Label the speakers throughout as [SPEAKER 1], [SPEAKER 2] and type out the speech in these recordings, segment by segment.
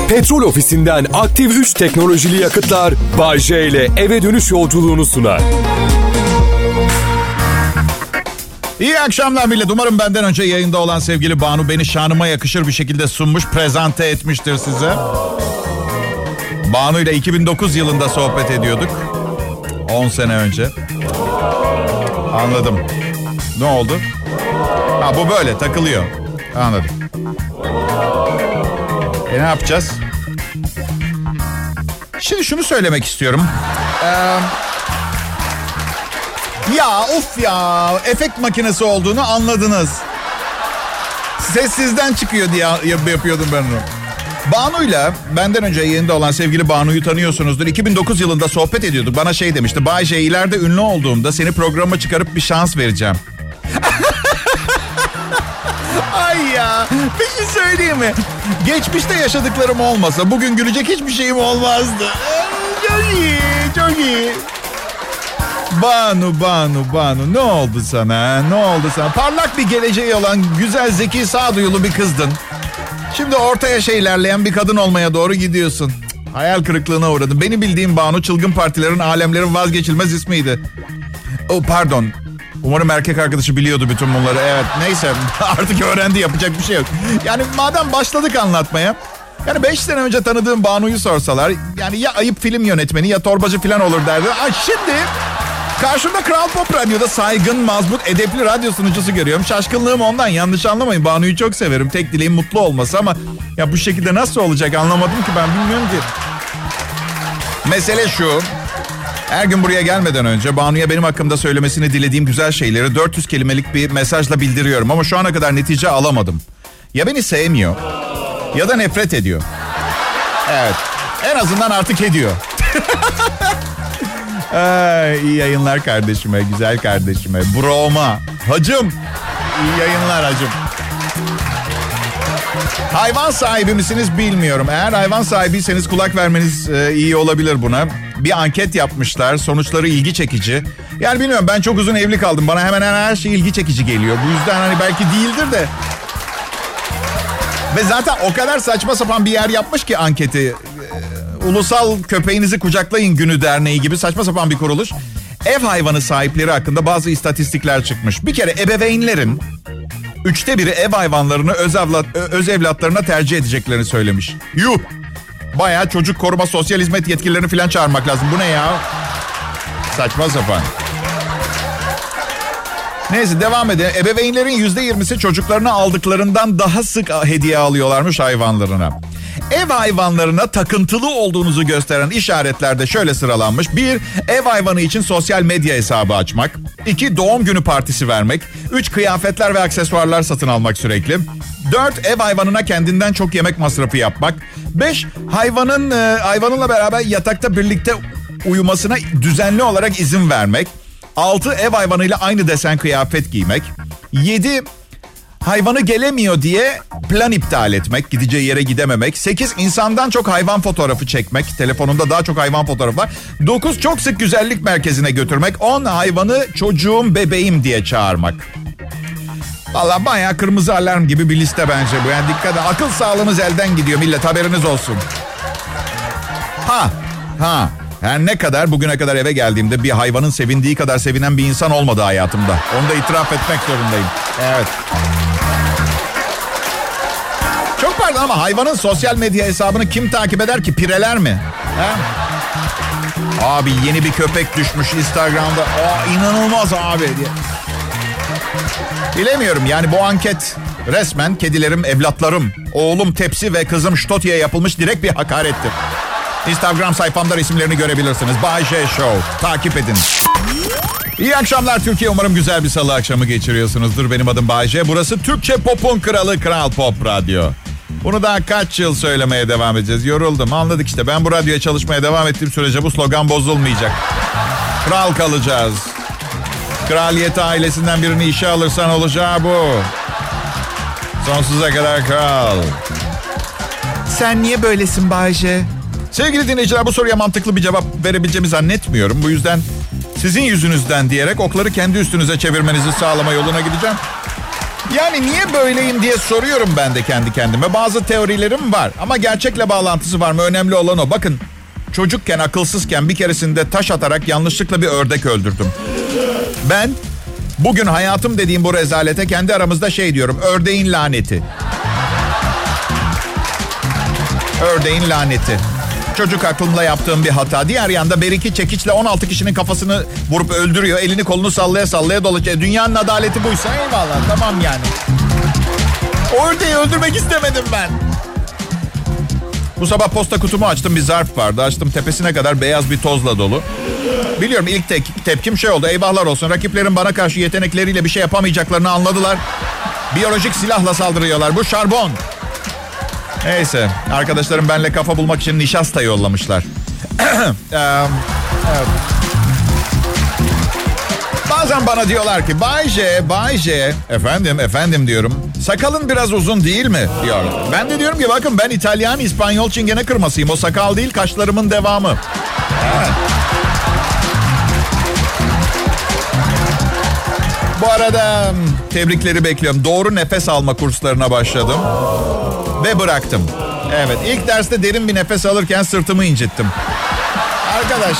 [SPEAKER 1] Petrol Ofisi'nden aktif 3 teknolojili yakıtlar Bay J ile eve dönüş yolculuğunu sunar.
[SPEAKER 2] İyi akşamlar millet. Umarım benden önce yayında olan sevgili Banu beni şanıma yakışır bir şekilde sunmuş, prezente etmiştir size. Banu ile 2009 yılında sohbet ediyorduk. 10 sene önce. Anladım. Ne oldu? Ha, bu böyle takılıyor. Anladım. Ne yapacağız? Şimdi şunu söylemek istiyorum. Ya of ya, efekt makinesi olduğunu anladınız. Ses sizden çıkıyor diye yapıyordum ben onu. Banu'yla benden önce yayında olan sevgili Banu'yu tanıyorsunuzdur. 2009 yılında sohbet ediyorduk. Bana şey demişti. Bay J, ileride ünlü olduğumda seni programa çıkarıp bir şans vereceğim. Ay ya, bir şey söyleyeyim mi? Geçmişte yaşadıklarım olmasa bugün gülecek hiçbir şeyim olmazdı. Çok iyi, çok iyi. Banu ne oldu sana? Ne oldu sana? Parlak bir geleceği olan güzel, zeki, sağduyulu bir kızdın. Şimdi orta yaşa ilerleyen bir kadın olmaya doğru gidiyorsun. Hayal kırıklığına uğradım. Benim bildiğim Banu çılgın partilerin, alemlerin vazgeçilmez ismiydi. Oh, pardon. Umarım erkek arkadaşı biliyordu bütün bunları. Evet, neyse artık öğrendi, yapacak bir şey yok. Yani madem başladık anlatmaya. Yani 5 sene önce tanıdığım Banu'yu sorsalar, yani ya ayıp film yönetmeni ya torbacı falan olur derdi. Şimdi karşımda Kral Pop Radyo'da saygın, mazbut, edepli radyo sunucusu görüyorum. Şaşkınlığım ondan, yanlış anlamayın. Banu'yu çok severim. Tek dileğim mutlu olması ama ya bu şekilde nasıl olacak anlamadım ki, ben bilmiyorum ki. Mesele şu. Her gün buraya gelmeden önce Banu'ya benim hakkımda söylemesini dilediğim güzel şeyleri 400 kelimelik bir mesajla bildiriyorum. Ama şu ana kadar netice alamadım. Ya beni sevmiyor ya da nefret ediyor. Evet, en azından artık ediyor. İyi yayınlar kardeşime, güzel kardeşime, broma, hacım. İyi yayınlar hacım. Hayvan sahibi misiniz bilmiyorum. Eğer hayvan sahibiyseniz kulak vermeniz iyi olabilir buna. Bir anket yapmışlar. Sonuçları ilgi çekici. Yani bilmiyorum, ben çok uzun evli kaldım. Bana hemen her şey ilgi çekici geliyor. Bu yüzden hani belki değildir de. Ve zaten o kadar saçma sapan bir yer yapmış ki anketi. Ulusal Köpeğinizi Kucaklayın Günü Derneği gibi saçma sapan bir kuruluş. Ev hayvanı sahipleri hakkında bazı istatistikler çıkmış. Bir kere ebeveynlerin 1/3 ev hayvanlarını öz evlatlarına tercih edeceklerini söylemiş. Yuh! Bayağı çocuk koruma sosyal hizmet yetkililerini falan çağırmak lazım. Bu ne ya? Saçma sapan. Neyse, devam edelim. Ebeveynlerin %20'si çocuklarını aldıklarından daha sık hediye alıyorlarmış hayvanlarına. Ev hayvanlarına takıntılı olduğunuzu gösteren işaretlerde şöyle sıralanmış. 1. Ev hayvanı için sosyal medya hesabı açmak. 2. Doğum günü partisi vermek. 3. Kıyafetler ve aksesuarlar satın almak sürekli. 4. Ev hayvanına kendinden çok yemek masrafı yapmak. 5. Hayvanınla beraber yatakta birlikte uyumasına düzenli olarak izin vermek. 6. Ev hayvanıyla aynı desen kıyafet giymek. 7. Hayvanı gelemiyor diye plan iptal etmek, gideceği yere gidememek. 8. İnsandan çok hayvan fotoğrafı çekmek. Telefonunda daha çok hayvan fotoğrafı var. 9. Çok sık güzellik merkezine götürmek. 10. Hayvanı çocuğum, bebeğim diye çağırmak. Vallahi bayağı kırmızı alarm gibi bir liste bence bu. Yani dikkat edin. Akıl sağlığınız elden gidiyor millet, haberiniz olsun. Her ne kadar bugüne kadar eve geldiğimde bir hayvanın sevindiği kadar sevinen bir insan olmadı hayatımda. Onu da itiraf etmek zorundayım. Evet. Çok pardon ama hayvanın sosyal medya hesabını kim takip eder ki? Pireler mi? He? Abi yeni bir köpek düşmüş Instagram'da. İnanılmaz abi diye. Bilemiyorum yani, bu anket resmen kedilerim, evlatlarım, oğlum Tepsi ve kızım Ştoti'ye yapılmış direkt bir hakarettir. Instagram sayfamda resimlerini görebilirsiniz. Bay J Show. Takip edin. İyi akşamlar Türkiye. Umarım güzel bir salı akşamı geçiriyorsunuzdur. Benim adım Bay J. Burası Türkçe Pop'un kralı Kral Pop Radyo. Bunu daha kaç yıl söylemeye devam edeceğiz? Yoruldum. Anladık işte. Ben bu radyoya çalışmaya devam ettiğim sürece bu slogan bozulmayacak. Kral kalacağız. Kraliyet ailesinden birini işe alırsan olacağı bu. Sonsuza kadar kral. Sen niye böylesin Bay J? Sevgili dinleyiciler, bu soruya mantıklı bir cevap verebileceğimi zannetmiyorum. Bu yüzden sizin yüzünüzden diyerek okları kendi üstünüze çevirmenizi sağlama yoluna gideceğim. Yani niye böyleyim diye soruyorum ben de kendi kendime. Bazı teorilerim var ama gerçekle bağlantısı var mı? Önemli olan o. Bakın, çocukken, akılsızken bir keresinde taş atarak yanlışlıkla bir ördek öldürdüm. Ben bugün hayatım dediğim bu rezalete kendi aramızda şey diyorum. Ördeğin laneti. Ördeğin laneti. Çocuk aklımla yaptığım bir hata. Diğer yanda Beriki çekiçle 16 kişinin kafasını vurup öldürüyor. Elini kolunu sallaya sallaya dolaşıyor. Dünyanın adaleti buysa eyvallah, tamam yani. O ördeği öldürmek istemedim ben. Bu sabah posta kutumu açtım, bir zarf vardı. Açtım, tepesine kadar beyaz bir tozla dolu. Biliyorum ilk tepkim şey oldu. Eyvahlar olsun, rakiplerin bana karşı yetenekleriyle bir şey yapamayacaklarını anladılar. Biyolojik silahla saldırıyorlar. Bu şarbon. Neyse, arkadaşlarım benimle kafa bulmak için nişasta yollamışlar. Evet. Bazen bana diyorlar ki Bay J, efendim diyorum. Sakalın biraz uzun değil mi diyorlar. Ben de diyorum ki bakın, ben İtalyan, İspanyol, Çingene kırmasıyım. O sakal değil, kaşlarımın devamı. Evet. Bu arada tebrikleri bekliyorum. Doğru nefes alma kurslarına başladım. Ve bıraktım. Evet, ilk derste derin bir nefes alırken sırtımı incittim. Arkadaş.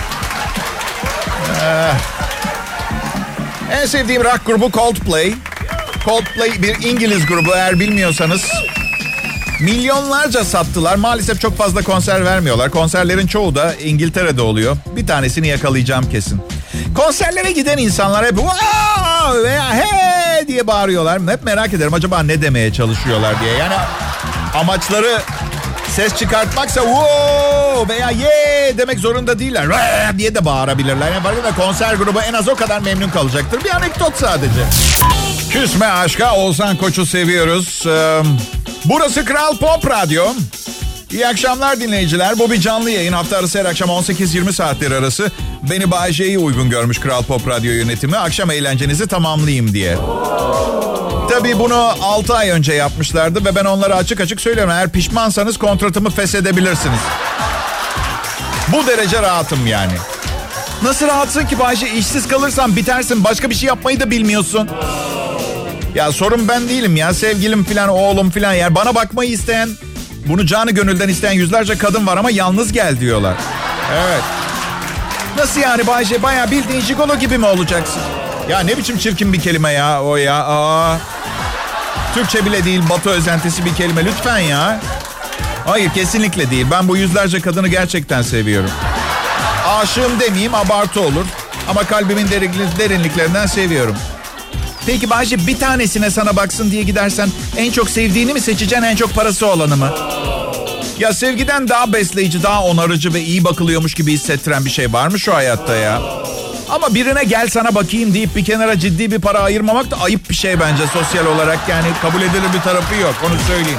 [SPEAKER 2] En sevdiğim rock grubu Coldplay. Coldplay bir İngiliz grubu, eğer bilmiyorsanız. Milyonlarca sattılar. Maalesef çok fazla konser vermiyorlar. Konserlerin çoğu da İngiltere'de oluyor. Bir tanesini yakalayacağım kesin. Konserlere giden insanlar hep "Wow!" veya "Hey!" diye bağırıyorlar. Hep merak ederim, acaba ne demeye çalışıyorlar diye. Yani amaçları ses çıkartmaksa "Wow!" veya "Yeah!" demek zorunda değiller. "Rah!" diye de bağırabilirler. Yani farkında, konser grubu en az o kadar memnun kalacaktır. Bir anekdot sadece. Küsme aşka, Oğuzhan Koç'u seviyoruz. Burası Kral Pop Radyo. İyi akşamlar dinleyiciler. Bu bir canlı yayın. Hafta arası her akşam 18-20 saatleri arası. Beni Bay J'yi uygun görmüş Kral Pop Radyo yönetimi. Akşam eğlencenizi tamamlayayım diye. Tabii bunu 6 ay önce yapmışlardı ve ben onlara açık açık söylüyorum. Eğer pişmansanız kontratımı feshedebilirsiniz. Bu derece rahatım yani. Nasıl rahatsın ki Bay J? İşsiz kalırsan bitersin. Başka bir şey yapmayı da bilmiyorsun. Ya sorun ben değilim ya. Sevgilim filan, oğlum filan. Yani bana bakmayı isteyen, bunu canı gönülden isteyen yüzlerce kadın var ama yalnız gel diyorlar. Evet. Nasıl yani Bay J? Bayağı bildiğin jigolo gibi mi olacaksın? Ya ne biçim çirkin bir kelime ya o ya. Aa. Türkçe bile değil, Batı özentisi bir kelime lütfen ya. Hayır, kesinlikle değil. Ben bu yüzlerce kadını gerçekten seviyorum. Aşığım demeyeyim, abartı olur. Ama kalbimin derinliklerinden seviyorum. Peki Bay J, bir tanesine sana baksın diye gidersen en çok sevdiğini mi seçeceksin, en çok parası olanı mı? Ya sevgiden daha besleyici, daha onarıcı ve iyi bakılıyormuş gibi hissettiren bir şey var mı şu hayatta ya? Ama birine gel sana bakayım deyip bir kenara ciddi bir para ayırmamak da ayıp bir şey bence sosyal olarak. Yani kabul edilir bir tarafı yok, onu söyleyeyim.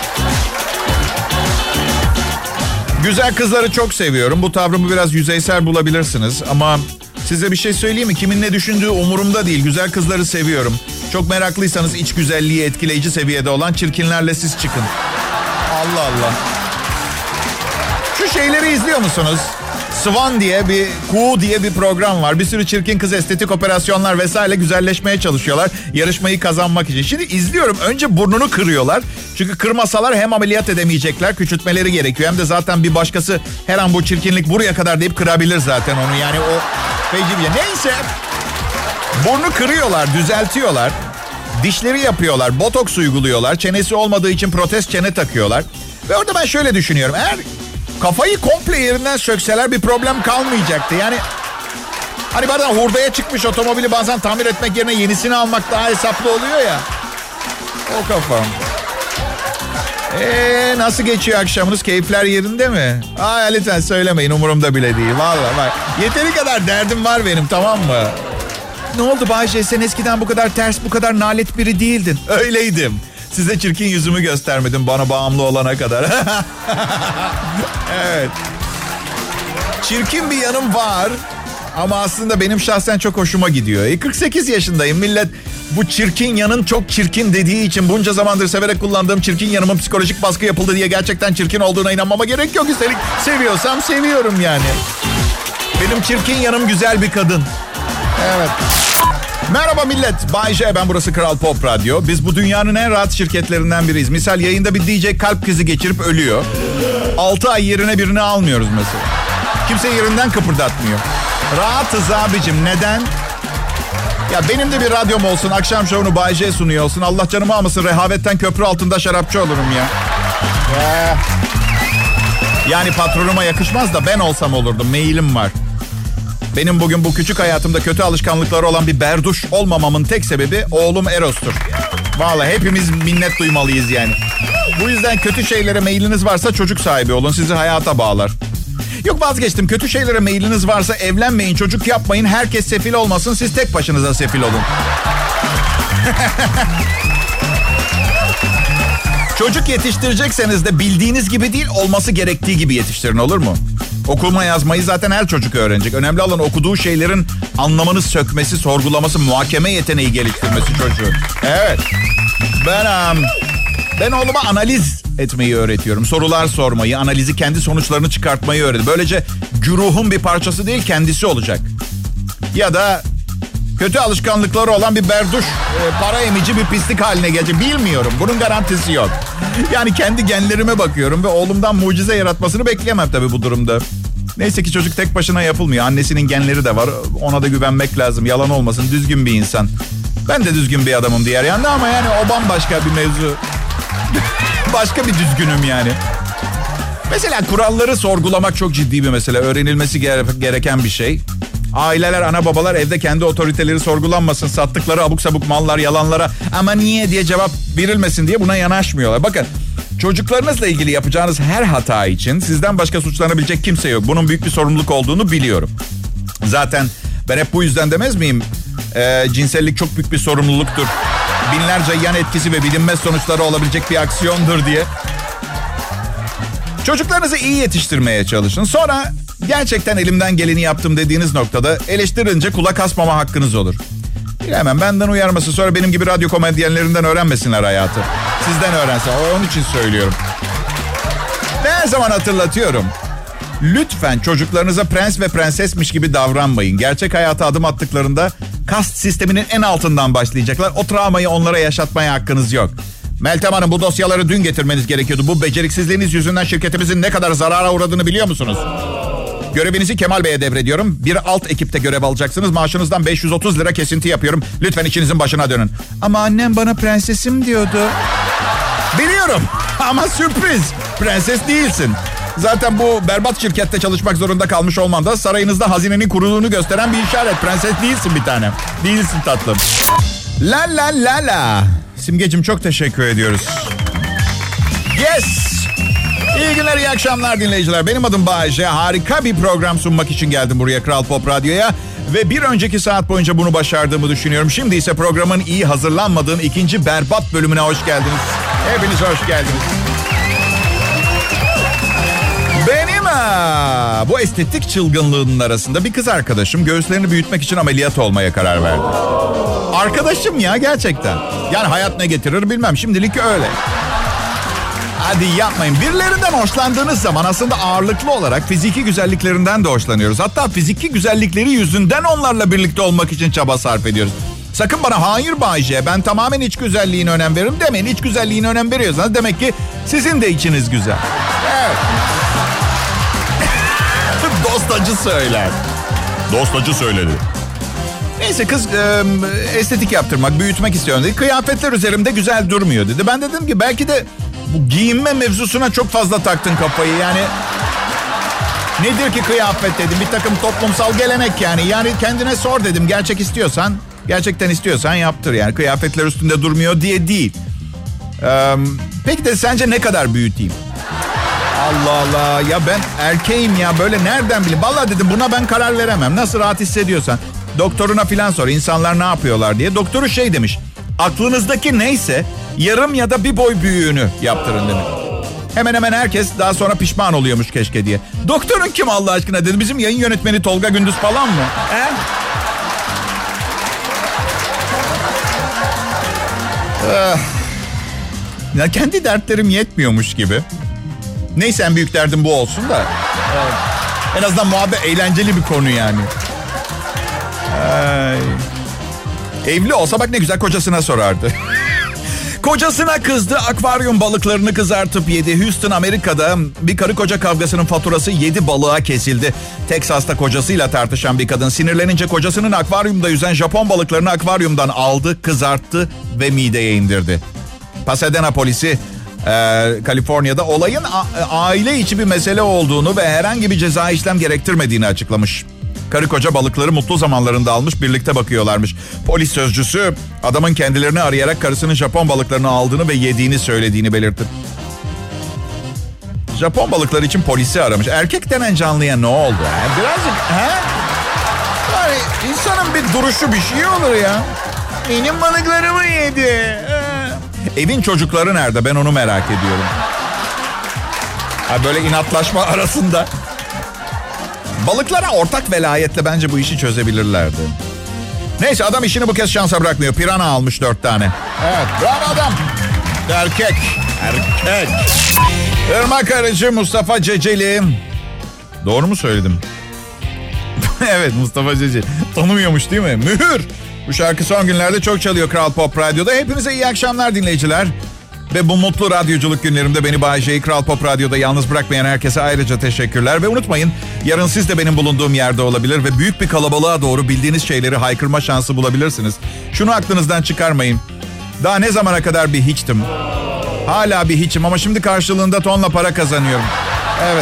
[SPEAKER 2] Güzel kızları çok seviyorum. Bu tavrımı biraz yüzeysel bulabilirsiniz ama size bir şey söyleyeyim mi? Kimin ne düşündüğü umurumda değil. Güzel kızları seviyorum. Çok meraklıysanız iç güzelliği etkileyici seviyede olan çirkinlerle siz çıkın. Allah Allah. Şu şeyleri izliyor musunuz? Swan diye bir, Kuğu diye bir program var. Bir sürü çirkin kız estetik operasyonlar vesaire güzelleşmeye çalışıyorlar. Yarışmayı kazanmak için. Şimdi izliyorum. Önce burnunu kırıyorlar. Çünkü kırmasalar hem ameliyat edemeyecekler. Küçültmeleri gerekiyor. Hem de zaten bir başkası her an bu çirkinlik buraya kadar deyip kırabilir zaten onu. Yani o feci bir şey. Neyse. Burnu kırıyorlar, düzeltiyorlar. Dişleri yapıyorlar, botoks uyguluyorlar. Çenesi olmadığı için protez çene takıyorlar. Ve orada ben şöyle düşünüyorum. Eğer kafayı komple yerinden sökseler bir problem kalmayacaktı. Yani hani bazen hurdaya çıkmış otomobili bazen tamir etmek yerine yenisini almak daha hesaplı oluyor ya. O kafam. Nasıl geçiyor akşamınız? Keyifler yerinde mi? Lütfen söylemeyin, umurumda bile değil. Vallahi bak. Yeteri kadar derdim var benim, tamam mı? Ne oldu Bay J? Sen eskiden bu kadar ters, bu kadar nalet biri değildin. Öyleydim. Size çirkin yüzümü göstermedim bana bağımlı olana kadar. Evet. Çirkin bir yanım var. Ama aslında benim şahsen çok hoşuma gidiyor. 48 yaşındayım. Millet bu çirkin yanın çok çirkin dediği için bunca zamandır severek kullandığım çirkin yanımın psikolojik baskı yapıldı diye gerçekten çirkin olduğuna inanmama gerek yok. Üstelik seviyorsam seviyorum yani. Benim çirkin yanım güzel bir kadın. Evet. Merhaba millet. Bay J, ben, burası Kral Pop Radyo. Biz bu dünyanın en rahat şirketlerinden biriyiz. Misal yayında bir DJ kalp krizi geçirip ölüyor. 6 ay yerine birini almıyoruz mesela. Kimse yerinden kıpırdatmıyor. Rahatız abicim. Neden? Ya benim de bir radyom olsun. Akşam şovunu Bay J sunuyor olsun. Allah canımı almasın. Rehavetten köprü altında şarapçı olurum ya. Yani patronuma yakışmaz da ben olsam olurdum. Mailim var. Benim bugün bu küçük hayatımda kötü alışkanlıkları olan bir berduş olmamamın tek sebebi oğlum Eros'tur. Vallahi hepimiz minnet duymalıyız yani. Bu yüzden kötü şeylere meyliniz varsa çocuk sahibi olun. Sizi hayata bağlar. Yok, vazgeçtim. Kötü şeylere meyliniz varsa evlenmeyin, çocuk yapmayın. Herkes sefil olmasın. Siz tek başınıza sefil olun. Çocuk yetiştirecekseniz de bildiğiniz gibi değil, olması gerektiği gibi yetiştirin, olur mu? Okuma yazmayı zaten her çocuk öğrenecek. Önemli olan okuduğu şeylerin anlamını sökmesi, sorgulaması, muhakeme yeteneği geliştirmesi çocuğu. Evet. Ben oğluma analiz etmeyi öğretiyorum. Sorular sormayı, analizi, kendi sonuçlarını çıkartmayı öğretiyorum. Böylece güruhun bir parçası değil, kendisi olacak. Ya da kötü alışkanlıkları olan bir berduş, para emici bir pislik haline gelecek. Bilmiyorum. Bunun garantisi yok. Yani kendi genlerime bakıyorum ve oğlumdan mucize yaratmasını bekleyemem tabii bu durumda. Neyse ki çocuk tek başına yapılmıyor. Annesinin genleri de var. Ona da güvenmek lazım. Yalan olmasın. Düzgün bir insan. Ben de düzgün bir adamım diğer yanda ama yani o bambaşka bir mevzu. Başka bir düzgünüm yani. Mesela kuralları sorgulamak çok ciddi bir mesele. Öğrenilmesi gereken bir şey. Aileler, ana babalar evde kendi otoriteleri sorgulanmasın, sattıkları abuk sabuk mallar, yalanlara ama niye diye cevap verilmesin diye buna yanaşmıyorlar. Bakın, çocuklarınızla ilgili yapacağınız her hata için sizden başka suçlanabilecek kimse yok. Bunun büyük bir sorumluluk olduğunu biliyorum. Zaten ben hep bu yüzden demez miyim? Cinsellik çok büyük bir sorumluluktur. Binlerce yan etkisi ve bilinmez sonuçları olabilecek bir aksiyondur diye. Çocuklarınızı iyi yetiştirmeye çalışın. Sonra gerçekten elimden geleni yaptım dediğiniz noktada eleştirince kulak asmama hakkınız olur. Bilemem, benden uyarması, sonra benim gibi radyo komedyenlerinden öğrenmesinler hayatı. Sizden öğrensin. Onun için söylüyorum. Ve her zaman hatırlatıyorum. Lütfen çocuklarınıza prens ve prensesmiş gibi davranmayın. Gerçek hayata adım attıklarında kast sisteminin en altından başlayacaklar. O travmayı onlara yaşatmaya hakkınız yok. Meltem Hanım, bu dosyaları dün getirmeniz gerekiyordu. Bu beceriksizliğiniz yüzünden şirketimizin ne kadar zarara uğradığını biliyor musunuz? Görevinizi Kemal Bey'e devrediyorum. Bir alt ekipte görev alacaksınız. Maaşınızdan 530 lira kesinti yapıyorum. Lütfen işinizin başına dönün. Ama annem bana prensesim diyordu. Biliyorum ama sürpriz. Prenses değilsin. Zaten bu berbat şirkette çalışmak zorunda kalmış olman da sarayınızda hazinenin kuruduğunu gösteren bir işaret. Prenses değilsin bir tane. Değilsin tatlım. La la la la. Simgeciğim, çok teşekkür ediyoruz. Yes. İyi günler, iyi akşamlar dinleyiciler. Benim adım Bay J. Harika bir program sunmak için geldim buraya, Kral Pop Radyo'ya. Ve bir önceki saat boyunca bunu başardığımı düşünüyorum. Şimdi ise programın iyi hazırlanmadığım ikinci berbat bölümüne hoş geldiniz. Hepiniz hoş geldiniz. Benim bu estetik çılgınlığının arasında bir kız arkadaşım göğüslerini büyütmek için ameliyat olmaya karar verdi. Arkadaşım ya, gerçekten. Yani hayat ne getirir bilmem, şimdilik öyle. Hadi yapmayın. Birilerinden hoşlandığınız zaman aslında ağırlıklı olarak fiziki güzelliklerinden de hoşlanıyoruz. Hatta fiziki güzellikleri yüzünden onlarla birlikte olmak için çaba sarf ediyoruz. Sakın bana hayır Bay J, ben tamamen iç güzelliğine önem veririm demeyin. İç güzelliğine önem veriyorsanız demek ki sizin de içiniz güzel. Evet. Dostacı söyler. Dostacı söyledi. Neyse, kız estetik yaptırmak, büyütmek istiyor dedi. Kıyafetler üzerimde güzel durmuyor dedi. Ben dedim ki belki de bu giyinme mevzusuna çok fazla taktın kafayı. Yani nedir ki kıyafet dedim. Bir takım toplumsal gelenek yani. Yani kendine sor dedim. Gerçekten istiyorsan yaptır. Yani kıyafetler üstünde durmuyor diye değil. Peki de sence ne kadar büyüteyim? Allah Allah, ya ben erkeğim ya, böyle nereden bileyim? Vallahi dedim, buna ben karar veremem. Nasıl rahat hissediyorsan. Doktoruna filan sor, insanlar ne yapıyorlar diye. Doktoru şey demiş, aklınızdaki neyse yarım ya da bir boy büyüğünü yaptırın demiş. Hemen hemen herkes daha sonra pişman oluyormuş keşke diye. Doktorun kim Allah aşkına dedim, bizim yayın yönetmeni Tolga Gündüz falan mı? Ya kendi dertlerim yetmiyormuş gibi. Neyse, en büyük derdim bu olsun da. En azından muhabbet eğlenceli bir konu yani. Evli olsa bak ne güzel kocasına sorardı. Kocasına kızdı, akvaryum balıklarını kızartıp yedi. Houston, Amerika'da bir karı koca kavgasının faturası 7 balığa kesildi. Texas'ta kocasıyla tartışan bir kadın sinirlenince kocasının akvaryumda yüzen Japon balıklarını akvaryumdan aldı, kızarttı ve mideye indirdi. Pasadena polisi Kaliforniya'da olayın aile içi bir mesele olduğunu ve herhangi bir ceza işlem gerektirmediğini açıklamış. Karı koca balıkları mutlu zamanlarında almış, birlikte bakıyorlarmış. Polis sözcüsü adamın kendilerini arayarak karısının Japon balıklarını aldığını ve yediğini söylediğini belirtti. Japon balıkları için polisi aramış. Erkek denen canlıya ne oldu? Birazcık yani insanın bir duruşu bir şey olur ya. Benim balıklarımı yedi. Evin çocukları nerede? Ben onu merak ediyorum. Böyle inatlaşma arasında. Balıklara ortak velayetle bence bu işi çözebilirlerdi. Neyse adam işini bu kez şansa bırakmıyor. Pirana almış 4 tane. Evet, bravo adam. Erkek. Irmak Arıcı, Mustafa Ceceli. Doğru mu söyledim? Evet, Mustafa Ceceli. Tanımıyormuş değil mi? Mühür. Bu şarkı son günlerde çok çalıyor Kral Pop Radyo'da. Hepinize iyi akşamlar dinleyiciler. Ve bu mutlu radyoculuk günlerimde beni Bay J'yi Kral Pop Radyo'da yalnız bırakmayan herkese ayrıca teşekkürler. Ve unutmayın, yarın siz de benim bulunduğum yerde olabilir ve büyük bir kalabalığa doğru bildiğiniz şeyleri haykırma şansı bulabilirsiniz. Şunu aklınızdan çıkarmayın. Daha ne zamana kadar bir hiçtim. Hala bir hiçim ama şimdi karşılığında tonla para kazanıyorum. Evet.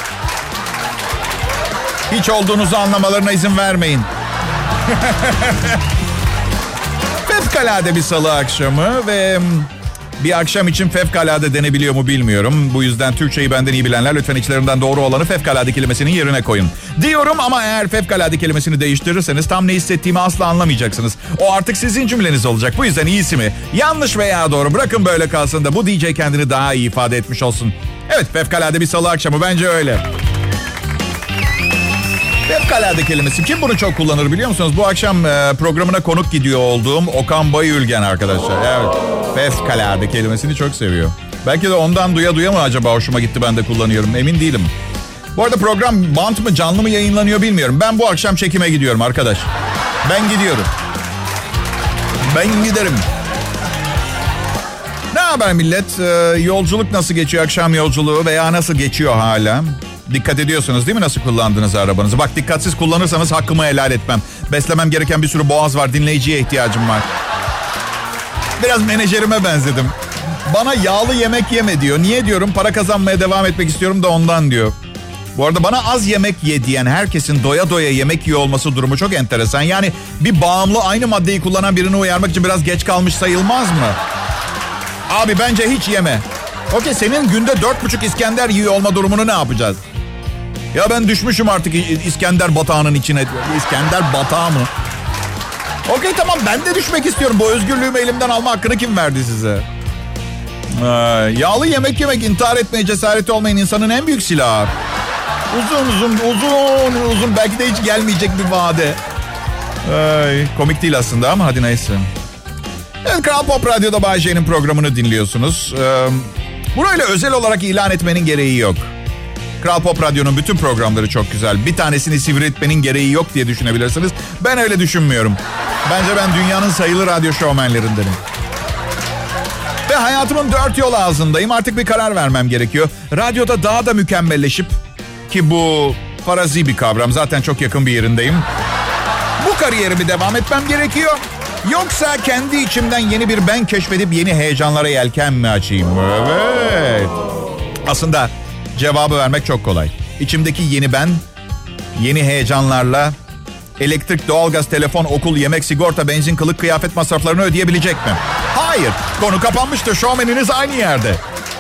[SPEAKER 2] Hiç olduğunuzu anlamalarına izin vermeyin. Fevkalade bir salı akşamı ve bir akşam için fevkalade denebiliyor mu bilmiyorum. Bu yüzden Türkçeyi benden iyi bilenler lütfen içlerinden doğru olanı fevkalade kelimesinin yerine koyun. Diyorum ama eğer fevkalade kelimesini değiştirirseniz tam ne hissettiğimi asla anlamayacaksınız. O artık sizin cümleniz olacak. Bu yüzden iyisi mi? Yanlış veya doğru bırakın böyle kalsın da bu DJ kendini daha iyi ifade etmiş olsun. Evet, fevkalade bir salı akşamı bence öyle. Fevkalade kelimesi. Kim bunu çok kullanır biliyor musunuz? Bu akşam programına konuk gidiyor olduğum Okan Bayülgen arkadaşlar. Evet. Fevkalade kelimesini çok seviyor. Belki de ondan duya mı acaba hoşuma gitti, ben de kullanıyorum. Emin değilim. Bu arada program bant mı canlı mı yayınlanıyor bilmiyorum. Ben bu akşam çekime gidiyorum arkadaş. Ben gidiyorum. Ben giderim. Ne haber millet? Yolculuk nasıl geçiyor, akşam yolculuğu veya nasıl geçiyor hala? Dikkat ediyorsunuz değil mi nasıl kullandığınızı arabanızı? Bak, dikkatsiz kullanırsanız hakkımı helal etmem. Beslemem gereken bir sürü boğaz var. Dinleyiciye ihtiyacım var. Biraz menajerime benzedim. Bana yağlı yemek yeme diyor. Niye diyorum? Para kazanmaya devam etmek istiyorum da ondan diyor. Bu arada bana az yemek ye diyen herkesin doya doya yemek yiyor olması durumu çok enteresan. Yani bir bağımlı aynı maddeyi kullanan birini uyarmak için biraz geç kalmış sayılmaz mı? Abi bence hiç yeme. Okey, senin günde 4,5 İskender yiyor olma durumunu ne yapacağız? Ya ben düşmüşüm artık İskender batağının içine. İskender batağı mı? Okey tamam, ben de düşmek istiyorum. Bu özgürlüğümü elimden alma hakkını kim verdi size? Yağlı yemek yemek intihar etmeye cesareti olmayan insanın en büyük silahı. Uzun belki de hiç gelmeyecek bir vade. Komik değil aslında ama hadi neyse. Evet, Kral Pop Radyo'da Bay J'nin programını dinliyorsunuz. Bunu öyle özel olarak ilan etmenin gereği yok. Kral Pop Radyo'nun bütün programları çok güzel. Bir tanesini sivriltmenin gereği yok diye düşünebilirsiniz. Ben öyle düşünmüyorum. Bence ben dünyanın sayılı radyo şovmenlerindenim. Ve hayatımın 4 yol ağzındayım. Artık bir karar vermem gerekiyor. Radyoda daha da mükemmelleşip, ki bu farazi bir kavram, zaten çok yakın bir yerindeyim. Bu kariyerimi devam etmem gerekiyor. Yoksa kendi içimden yeni bir ben keşfedip yeni heyecanlara yelken mi açayım? Evet. Aslında cevabı vermek çok kolay. İçimdeki yeni ben, yeni heyecanlarla elektrik, doğalgaz, telefon, okul, yemek, sigorta, benzin, kılık, kıyafet masraflarını ödeyebilecek mi? Hayır. Konu kapanmıştır. Şovmeniniz aynı yerde.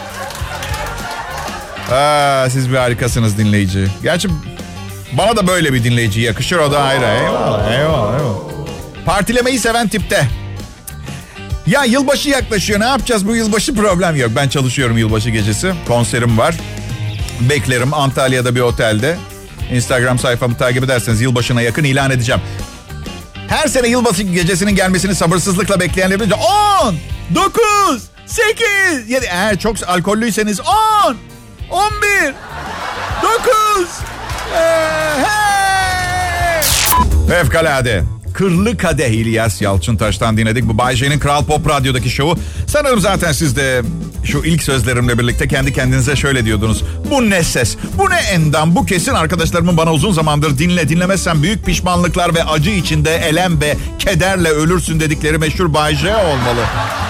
[SPEAKER 2] Siz bir harikasınız dinleyici. Gerçi bana da böyle bir dinleyici yakışır. O da ayrı. Eyvallah. Partilemeyi seven tipte. Ya yılbaşı yaklaşıyor. Ne yapacağız bu yılbaşı? Problem yok. Ben çalışıyorum yılbaşı gecesi. Konserim var. Beklerim Antalya'da bir otelde. Instagram sayfamı takip ederseniz yılbaşına yakın ilan edeceğim. Her sene yılbaşı gecesinin gelmesini sabırsızlıkla bekleyenler bilince 10, 9, 8, 7. Eğer çok alkollüyseniz 10, 11, 9. Fevkalade. Kırlı Kadeh İlyas Yalçıntaş'tan dinledik. Bu Bay J'nin Kral Pop Radyo'daki şovu. Sanırım zaten siz de şu ilk sözlerimle birlikte kendi kendinize şöyle diyordunuz. Bu ne ses, bu ne endam, bu kesin arkadaşlarımın bana uzun zamandır dinlemezsen büyük pişmanlıklar ve acı içinde elem ve kederle ölürsün dedikleri meşhur Bay J olmalı.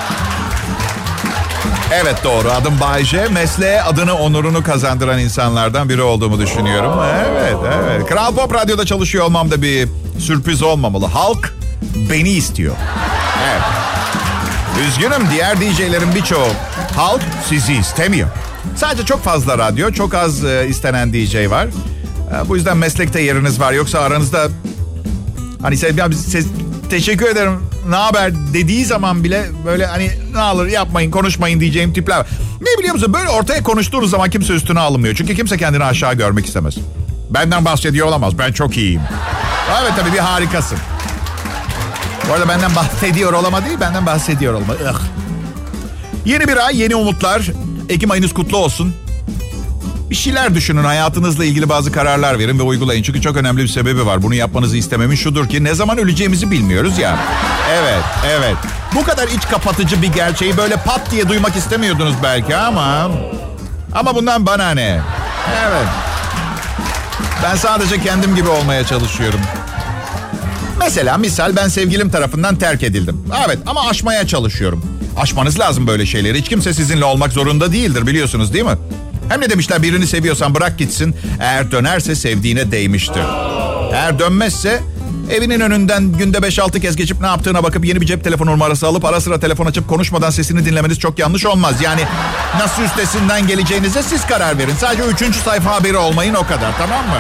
[SPEAKER 2] Evet doğru, adım Bay J. Mesleğe adını onurunu kazandıran insanlardan biri olduğumu düşünüyorum. Evet. Kral Pop Radyo'da çalışıyor olmam da bir sürpriz olmamalı. Halk beni istiyor. Evet. Üzgünüm, diğer DJ'lerin birçoğu. Halk sizi istemiyor. Sadece çok fazla radyo, çok az istenen DJ var. Bu yüzden meslekte yeriniz var. Yoksa aranızda hani teşekkür ederim, ne haber dediği zaman bile böyle hani ne olur yapmayın, konuşmayın diyeceğim tipler var. Ne biliyor musun? Böyle ortaya konuştuğunuz zaman kimse üstüne alınmıyor. Çünkü kimse kendini aşağı görmek istemez. Benden bahsediyor olamaz. Ben çok iyiyim. Evet tabii bir harikasın. Bu arada benden bahsediyor olama değil, benden bahsediyor olma. Yeni bir ay, yeni umutlar. Ekim ayınız kutlu olsun. Bir şeyler düşünün, hayatınızla ilgili bazı kararlar verin ve uygulayın. Çünkü çok önemli bir sebebi var. Bunu yapmanızı istememin şudur ki ne zaman öleceğimizi bilmiyoruz ya. Evet. Bu kadar iç kapatıcı bir gerçeği böyle pat diye duymak istemiyordunuz belki ama bundan bana ne? Evet. Ben sadece kendim gibi olmaya çalışıyorum. Mesela misal ben sevgilim tarafından terk edildim. Evet ama aşmaya çalışıyorum. Aşmanız lazım böyle şeyleri. Hiç kimse sizinle olmak zorunda değildir, biliyorsunuz değil mi? Hem ne demişler, birini seviyorsan bırak gitsin. Eğer dönerse sevdiğine değmiştir. Eğer dönmezse evinin önünden günde 5-6 kez geçip ne yaptığına bakıp yeni bir cep telefonu numarası alıp ara sıra telefon açıp konuşmadan sesini dinlemeniz çok yanlış olmaz. Yani nasıl üstesinden geleceğinize siz karar verin. Sadece 3. sayfa haberi olmayın, o kadar, tamam mı?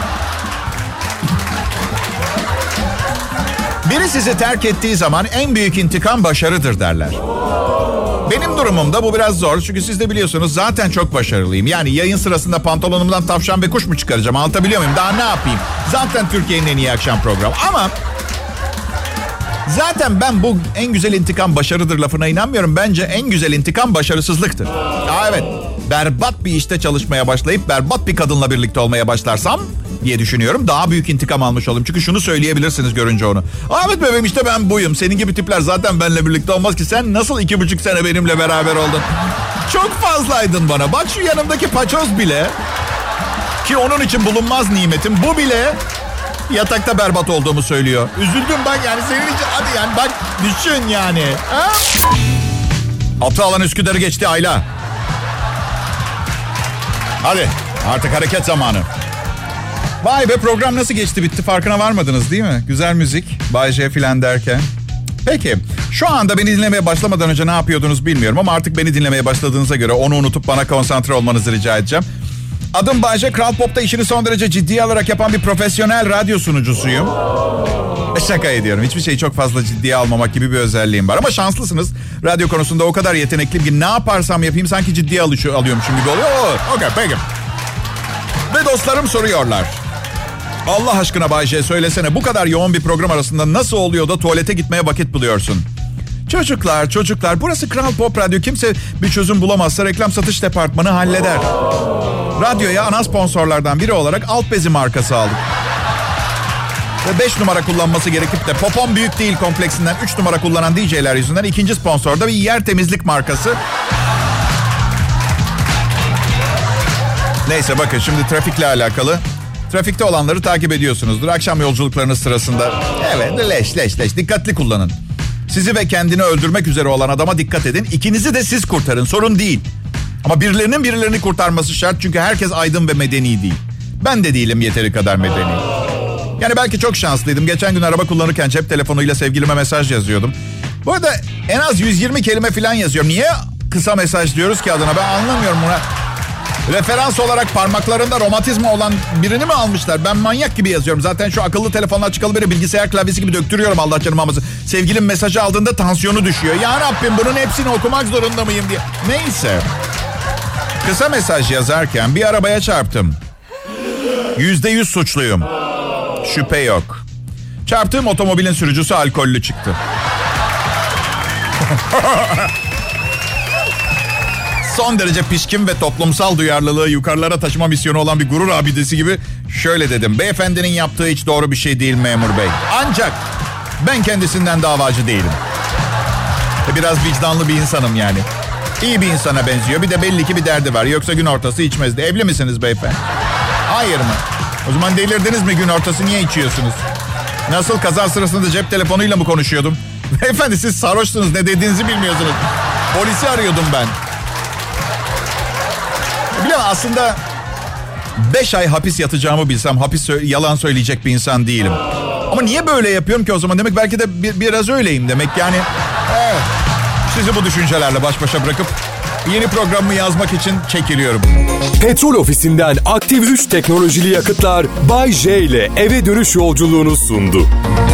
[SPEAKER 2] Biri sizi terk ettiği zaman en büyük intikam başarıdır derler. Benim durumumda bu biraz zor. Çünkü siz de biliyorsunuz zaten çok başarılıyım. Yani yayın sırasında pantolonumdan tavşan ve kuş mu çıkaracağım? Anlatabiliyor muyum? Daha ne yapayım? Zaten Türkiye'nin en iyi akşam programı. Ama zaten ben bu en güzel intikam başarıdır lafına inanmıyorum. Bence en güzel intikam başarısızlıktır. Evet. Berbat bir işte çalışmaya başlayıp berbat bir kadınla birlikte olmaya başlarsam diye düşünüyorum. Daha büyük intikam almış olayım. Çünkü şunu söyleyebilirsiniz görünce onu. Evet bebeğim, işte ben buyum. Senin gibi tipler zaten benimle birlikte olmaz ki. Sen nasıl 2,5 sene benimle beraber oldun? Çok fazlaydın bana. Bak şu yanımdaki paçoz bile, ki onun için bulunmaz nimetim, bu bile yatakta berbat olduğumu söylüyor. Üzüldüm bak, yani senin için. Hadi yani bak düşün yani. Ha? Atı alan Üsküdar'ı geçti Ayla. Hadi artık hareket zamanı. Vay be, program nasıl geçti bitti, farkına varmadınız değil mi? Güzel müzik, Bay J filan derken. Peki şu anda beni dinlemeye başlamadan önce ne yapıyordunuz bilmiyorum ama artık beni dinlemeye başladığınıza göre onu unutup bana konsantre olmanızı rica edeceğim. Adım Bay J, Kral Pop'ta işini son derece ciddiye alarak yapan bir profesyonel radyo sunucusuyum. Şaka ediyorum, hiçbir şeyi çok fazla ciddiye almamak gibi bir özelliğim var. Ama şanslısınız, radyo konusunda o kadar yetenekliyim ki ne yaparsam yapayım sanki ciddiye alıyormuşum gibi oluyor. Okey, peki. Ve dostlarım soruyorlar. Allah aşkına Bay J, söylesene, bu kadar yoğun bir program arasında nasıl oluyor da tuvalete gitmeye vakit buluyorsun? Çocuklar, burası Kral Pop Radyo. Kimse bir çözüm bulamazsa reklam satış departmanı halleder. Radyoya ana sponsorlardan biri olarak alt bezi markası aldık. Ve 5 numara kullanması gerekip de popom büyük değil kompleksinden 3 numara kullanan DJ'ler yüzünden ikinci sponsor da bir yer temizlik markası. Neyse bakın, şimdi trafikle alakalı. Trafikte olanları takip ediyorsunuzdur. Akşam yolculuklarınız sırasında. Evet, leş. Dikkatli kullanın. Sizi ve kendini öldürmek üzere olan adama dikkat edin. İkinizi de siz kurtarın. Sorun değil. Ama birilerini kurtarması şart. Çünkü herkes aydın ve medeni değil. Ben de değilim yeteri kadar medeni. Yani belki çok şanslıydım. Geçen gün araba kullanırken cep telefonuyla sevgilime mesaj yazıyordum. Bu arada en az 120 kelime falan yazıyorum. Niye kısa mesaj diyoruz ki adına? Ben anlamıyorum buna. Referans olarak parmaklarında romatizma olan birini mi almışlar? Ben manyak gibi yazıyorum. Zaten şu akıllı telefonlar çıkalı beri bilgisayar klavyesi gibi döktürüyorum, Allah canım almasın. Sevgilim mesajı aldığında tansiyonu düşüyor. Ya Rabbim, bunun hepsini okumak zorunda mıyım diye. Neyse. Kısa mesaj yazarken bir arabaya çarptım. %100 suçluyum. Şüphe yok. Çarptığım otomobilin sürücüsü alkollü çıktı. Son derece pişkin ve toplumsal duyarlılığı yukarılara taşıma misyonu olan bir gurur abidesi gibi şöyle dedim. Beyefendinin yaptığı hiç doğru bir şey değil memur bey. Ancak Ben kendisinden davacı değilim. Biraz vicdanlı bir insanım yani. İyi bir insana benziyor. Bir de belli ki bir derdi var. Yoksa gün ortası içmezdi. Evli misiniz beyefendi? Hayır mı? O zaman delirdiniz mi, gün ortası niye içiyorsunuz? Nasıl, kaza sırasında cep telefonuyla mı konuşuyordum? Beyefendi siz sarhoşsunuz, ne dediğinizi bilmiyorsunuz. Polisi arıyordum ben. Biliyor musun, aslında 5 ay hapis yatacağımı bilsem yalan söyleyecek bir insan değilim. Ama niye böyle yapıyorum ki o zaman? Demek belki de biraz öyleyim demek yani. Evet. Sizi bu düşüncelerle baş başa bırakıp yeni programımı yazmak için çekiliyorum.
[SPEAKER 1] Petrol Ofisi'nden aktif 3 teknolojili yakıtlar Bay J ile eve dönüş yolculuğunu sundu.